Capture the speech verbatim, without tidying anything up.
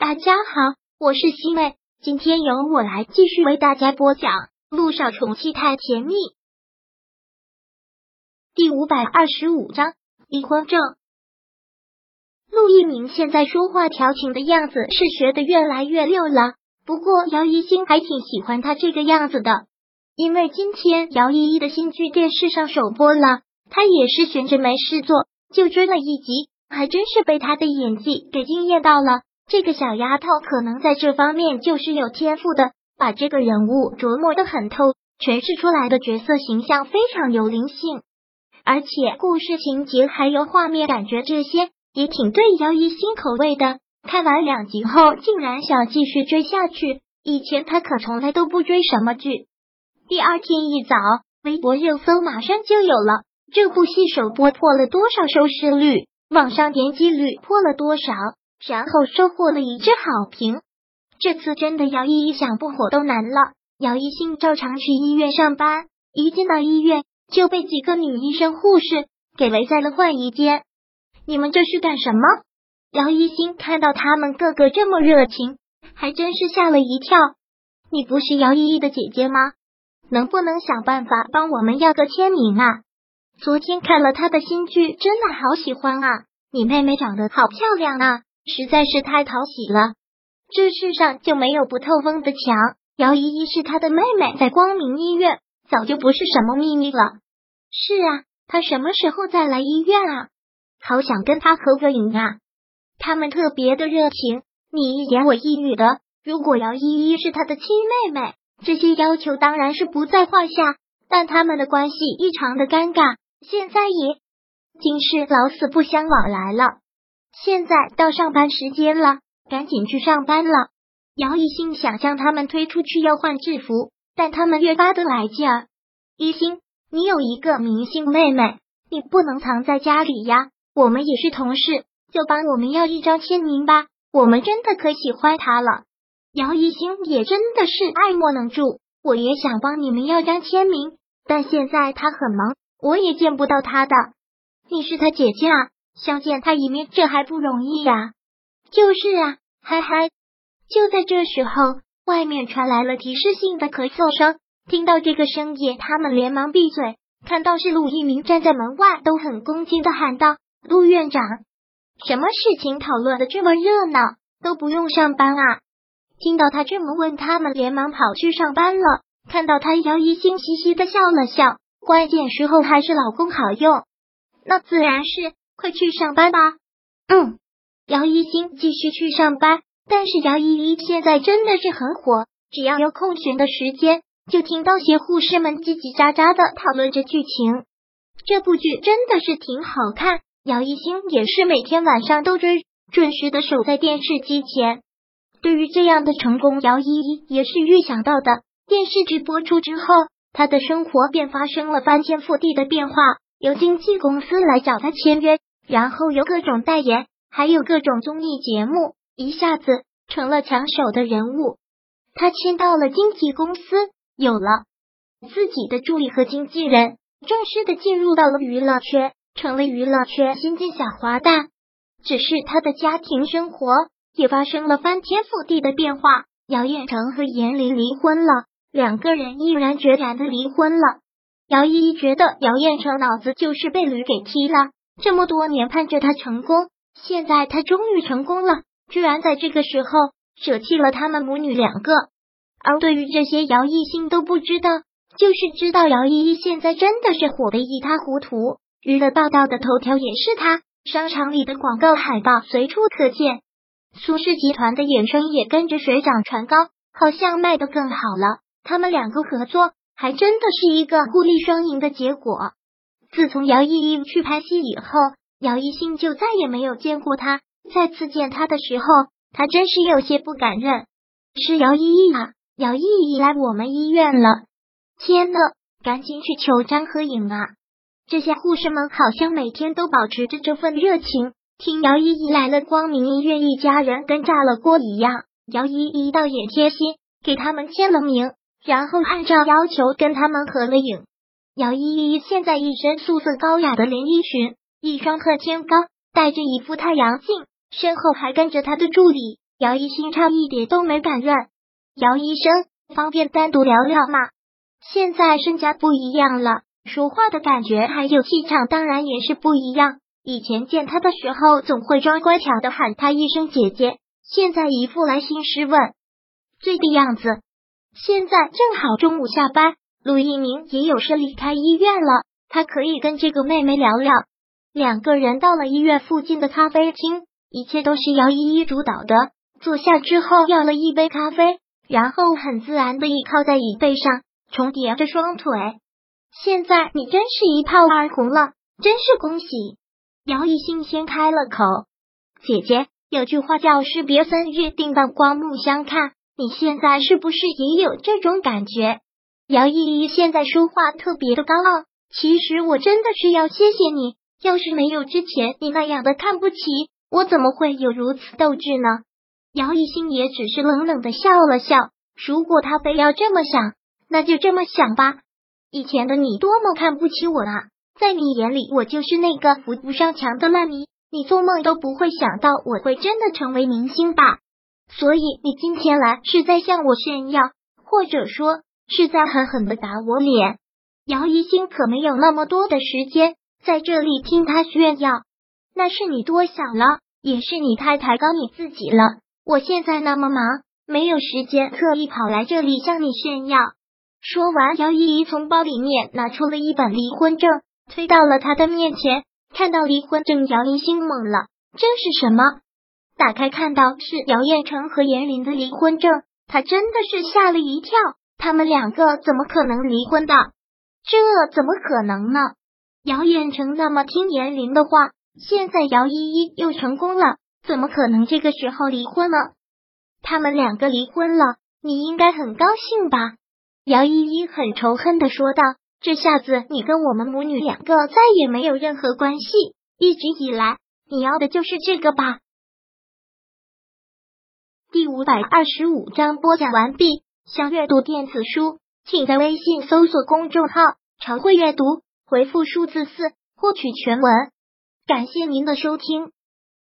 大家好，我是西妹，今天由我来继续为大家播讲《陆少宠妻太甜蜜》第五百二十五章离婚证。陆一鸣现在说话调情的样子是学得越来越溜了，不过姚一星还挺喜欢他这个样子的，因为今天姚依依的新剧电视上首播了，他也是闲着没事做就追了一集，还真是被他的演技给惊艳到了。这个小丫头可能在这方面就是有天赋的，把这个人物琢磨得很透，诠释出来的角色形象非常有灵性，而且故事情节还有画面感觉这些也挺对姚一星口味的。看完两集后竟然想继续追下去，以前他可从来都不追什么剧。第二天一早，微博热搜马上就有了这部戏首播破了多少收视率，网上点击率破了多少，然后收获了一致好评。这次真的姚依依想不火都难了。姚一星照常去医院上班，一进到医院就被几个女医生护士给围在了换衣间。你们这是干什么？姚一星看到他们个个这么热情，还真是吓了一跳。你不是姚依依的姐姐吗？能不能想办法帮我们要个签名啊？昨天看了她的新剧，真的好喜欢啊！你妹妹长得好漂亮啊，实在是太讨喜了。这世上就没有不透风的墙，姚依依是她的妹妹，在光明医院早就不是什么秘密了。是啊，她什么时候再来医院啊？好想跟她合个影啊！他们特别的热情，你一言我一语的。如果姚依依是她的亲妹妹，这些要求当然是不在话下，但他们的关系异常的尴尬，现在也竟是老死不相往来了。现在到上班时间了，赶紧去上班了。姚一星想将他们推出去要换制服，但他们越发的来劲儿。一星，你有一个明星妹妹，你不能藏在家里呀，我们也是同事，就帮我们要一张签名吧，我们真的可喜欢她了。姚一星也真的是爱莫能助，我也想帮你们要张签名，但现在她很忙，我也见不到她的。你是她姐姐啊，相见她一面这还不容易呀。就是啊，嗨嗨。就在这时候，外面传来了提示性的咳嗽声，听到这个声音，他们连忙闭嘴，看到是陆一鸣站在门外，都很恭敬的喊道：陆院长，什么事情讨论的这么热闹，都不用上班啊？听到他这么问，他们连忙跑去上班了。看到他，姚一星嘻嘻的笑了笑，关键时候还是老公好用，那自然是快去上班吧。嗯，姚一星继续去上班，但是姚依依现在真的是很火，只要有空闲的时间，就听到些护士们叽叽喳喳的讨论着剧情。这部剧真的是挺好看，姚一星也是每天晚上都追，准时的守在电视机前。对于这样的成功，姚依依也是预想到的。电视剧播出之后，她的生活便发生了翻天覆地的变化，有经纪公司来找她签约，然后有各种代言，还有各种综艺节目，一下子成了抢手的人物。她签到了经纪公司，有了自己的助理和经纪人，正式的进入到了娱乐圈，成了娱乐圈新晋小花旦。只是她的家庭生活也发生了翻天覆地的变化，姚彦成和严玲离婚了，两个人毅然决然的离婚了。姚依依觉得姚彦成脑子就是被驴给踢了，这么多年盼着他成功，现在他终于成功了，居然在这个时候舍弃了他们母女两个。而对于这些，姚一星都不知道，就是知道姚依依现在真的是火得一塌糊涂，娱乐报道的头条也是她，商场里的广告海报随处可见。苏氏集团的衍生也跟着水涨船高，好像卖得更好了。他们两个合作还真的是一个互利双赢的结果。自从姚依依去拍戏以后，姚一星就再也没有见过她，再次见她的时候，他真是有些不敢认。是姚依依啊，姚依依来我们医院了。天呐，赶紧去求张合影啊！这些护士们好像每天都保持着这份热情，听姚依依来了，光明医院一家人跟炸了锅一样。姚依依倒也贴心，给他们签了名，然后按照要求跟他们合了影。姚依依现在一身素色高雅的连衣裙，一双特天高，戴着一副太阳镜，身后还跟着她的助理， 姚一新差一点都没敢认。姚医生，方便单独聊聊吗？现在身家不一样了，说话的感觉还有气场当然也是不一样。以前见他的时候总会装乖巧的喊他一声姐姐，现在一副来兴师问罪的样子。现在正好中午下班，陆一鸣也有事离开医院了，他可以跟这个妹妹聊聊。两个人到了医院附近的咖啡厅，一切都是姚依依主导的。坐下之后要了一杯咖啡，然后很自然的倚靠在椅背上，重叠着双腿。现在你真是一炮而红了，真是恭喜。姚一兴先开了口，姐姐，有句话叫士别三日，定到刮目相看，你现在是不是也有这种感觉？姚依依现在说话特别的高傲，其实我真的是要谢谢你，要是没有之前你那样的看不起，我怎么会有如此斗志呢？姚一兴也只是冷冷的笑了笑，如果他非要这么想，那就这么想吧。以前的你多么看不起我啊，在你眼里我就是那个扶不上墙的烂泥，你做梦都不会想到我会真的成为明星吧。所以你今天来是在向我炫耀，或者说是在狠狠的打我脸。姚一兴可没有那么多的时间在这里听他炫耀，那是你多想了，也是你太抬高你自己了。我现在那么忙，没有时间特意跑来这里向你炫耀。说完，姚依依从包里面拿出了一本离婚证，推到了他的面前。看到离婚证，姚一兴懵了，这是什么？打开看到是姚彦成和严林的离婚证，他真的是吓了一跳。他们两个怎么可能离婚的？这怎么可能呢？姚彦成那么听严林的话，现在姚依依又成功了，怎么可能这个时候离婚了？他们两个离婚了，你应该很高兴吧？姚依依很仇恨的说道，这下子你跟我们母女两个再也没有任何关系，一直以来你要的就是这个吧。第五百二十五章播讲完毕。想阅读电子书，请在微信搜索公众号常会阅读，回复数字四获取全文。感谢您的收听。